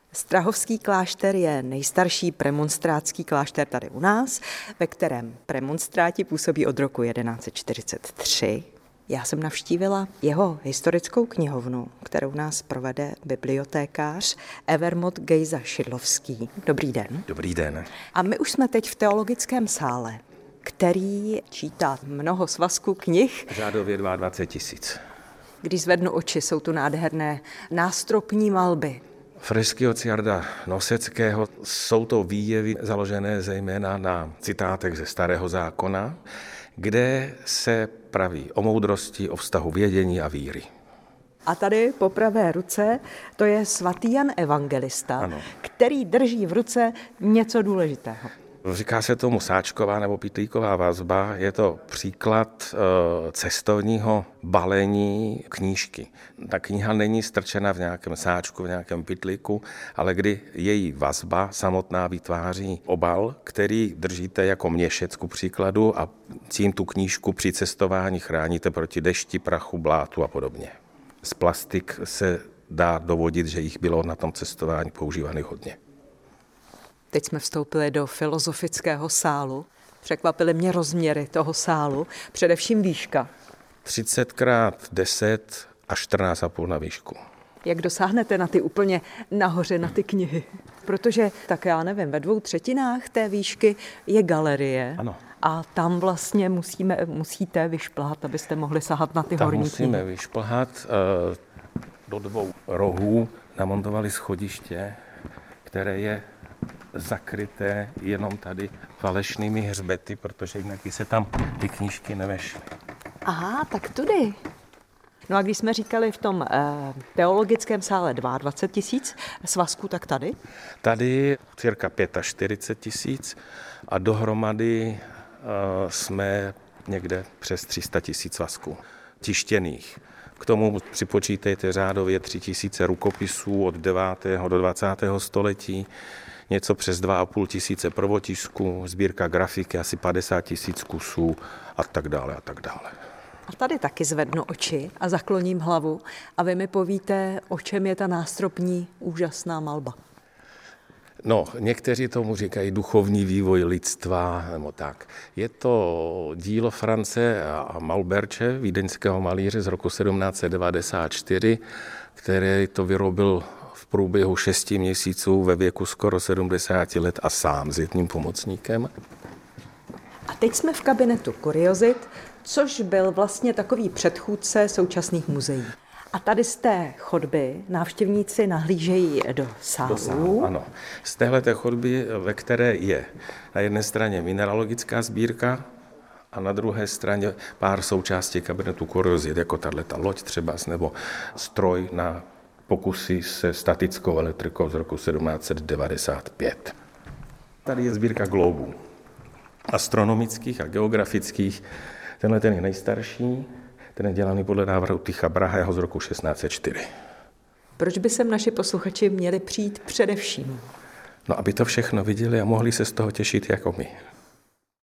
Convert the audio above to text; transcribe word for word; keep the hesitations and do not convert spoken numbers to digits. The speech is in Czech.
Strahovský klášter je nejstarší premonstrátský klášter tady u nás, ve kterém premonstráti působí od roku jedenáct set čtyřicet tři. Já jsem navštívila jeho historickou knihovnu, kterou nás provede bibliotékář Evermot Gejza Šidlovský. Dobrý den. Dobrý den. A my už jsme teď v teologickém sále, který čítá mnoho svazků knih. Řádově dvacet dva tisíc. Když zvednu oči, jsou tu nádherné nástropní malby. Fresky od Cyrarda Noseckého jsou to výjevy založené zejména na citátech ze Starého zákona, kde se praví o moudrosti, o vztahu vědění a víry. A tady po pravé ruce to je svatý Jan Evangelista, ano, který drží v ruce něco důležitého. Říká se tomu sáčková nebo pytlíková vazba. Je to příklad cestovního balení knížky. Ta kniha není strčena v nějakém sáčku, v nějakém pytlíku, ale kdy její vazba samotná vytváří obal, který držíte jako měšec ku příkladu a tím tu knížku při cestování chráníte proti dešti, prachu, blátu a podobně. Z plastik se dá dovodit, že jich bylo na tom cestování používaných hodně. Teď jsme vstoupili do filozofického sálu. Překvapily mě rozměry toho sálu, především výška. třicet krát deset a čtrnáct a půl na výšku. Jak dosáhnete na ty úplně nahoře, na ty knihy? Protože, tak já nevím, ve dvou třetinách té výšky je galerie. Ano. A tam vlastně musíme, musíte vyšplhat, abyste mohli sahat na ty tam horní musíme knihy. vyšplhat. Do dvou rohů namontovali schodiště, které je zakryté jenom tady falešnými hřbety, protože jinak by se tam ty knížky nevešly. Aha, tak tudy. No a když jsme říkali v tom eh, teologickém sále dvacet dva tisíc svazků, tak tady? Tady cirka čtyřicet pět tisíc a dohromady eh, jsme někde přes tři sta tisíc svazků tištěných. K tomu připočítejte řádově tři tisíce rukopisů od devátého do dvacátého století, něco přes dva a půl tisíce prvotisků, sbírka grafiky, asi padesát tisíc kusů a tak dále a tak dále. A tady taky zvednu oči a zakloním hlavu a vy mi povíte, o čem je ta nástropní úžasná malba. No, někteří tomu říkají duchovní vývoj lidstva, nebo tak. Je to dílo France a Malberče, vídeňského malíře z roku sedmnáct set devadesát čtyři, který to vyrobil v průběhu šesti měsíců ve věku skoro sedmdesáti let a sám s jedním pomocníkem. A teď jsme v kabinetu kuriozit, což byl vlastně takový předchůdce současných muzeí. A tady z té chodby návštěvníci nahlížejí do sálu. Do sálu, ano. Z téhleté chodby, ve které je na jedné straně mineralogická sbírka a na druhé straně pár součástí kabinetu kuriozit, jako tato loď třeba, nebo stroj na pokusy se statickou elektrikou z roku sedmnáct set devadesát pět. Tady je sbírka globů astronomických a geografických. Tenhle ten je nejstarší, ten je dělaný podle návrhu Tycha Brahého z roku šestnáct set čtyři. Proč by sem naši posluchači měli přijít především? No, aby to všechno viděli a mohli se z toho těšit jako my.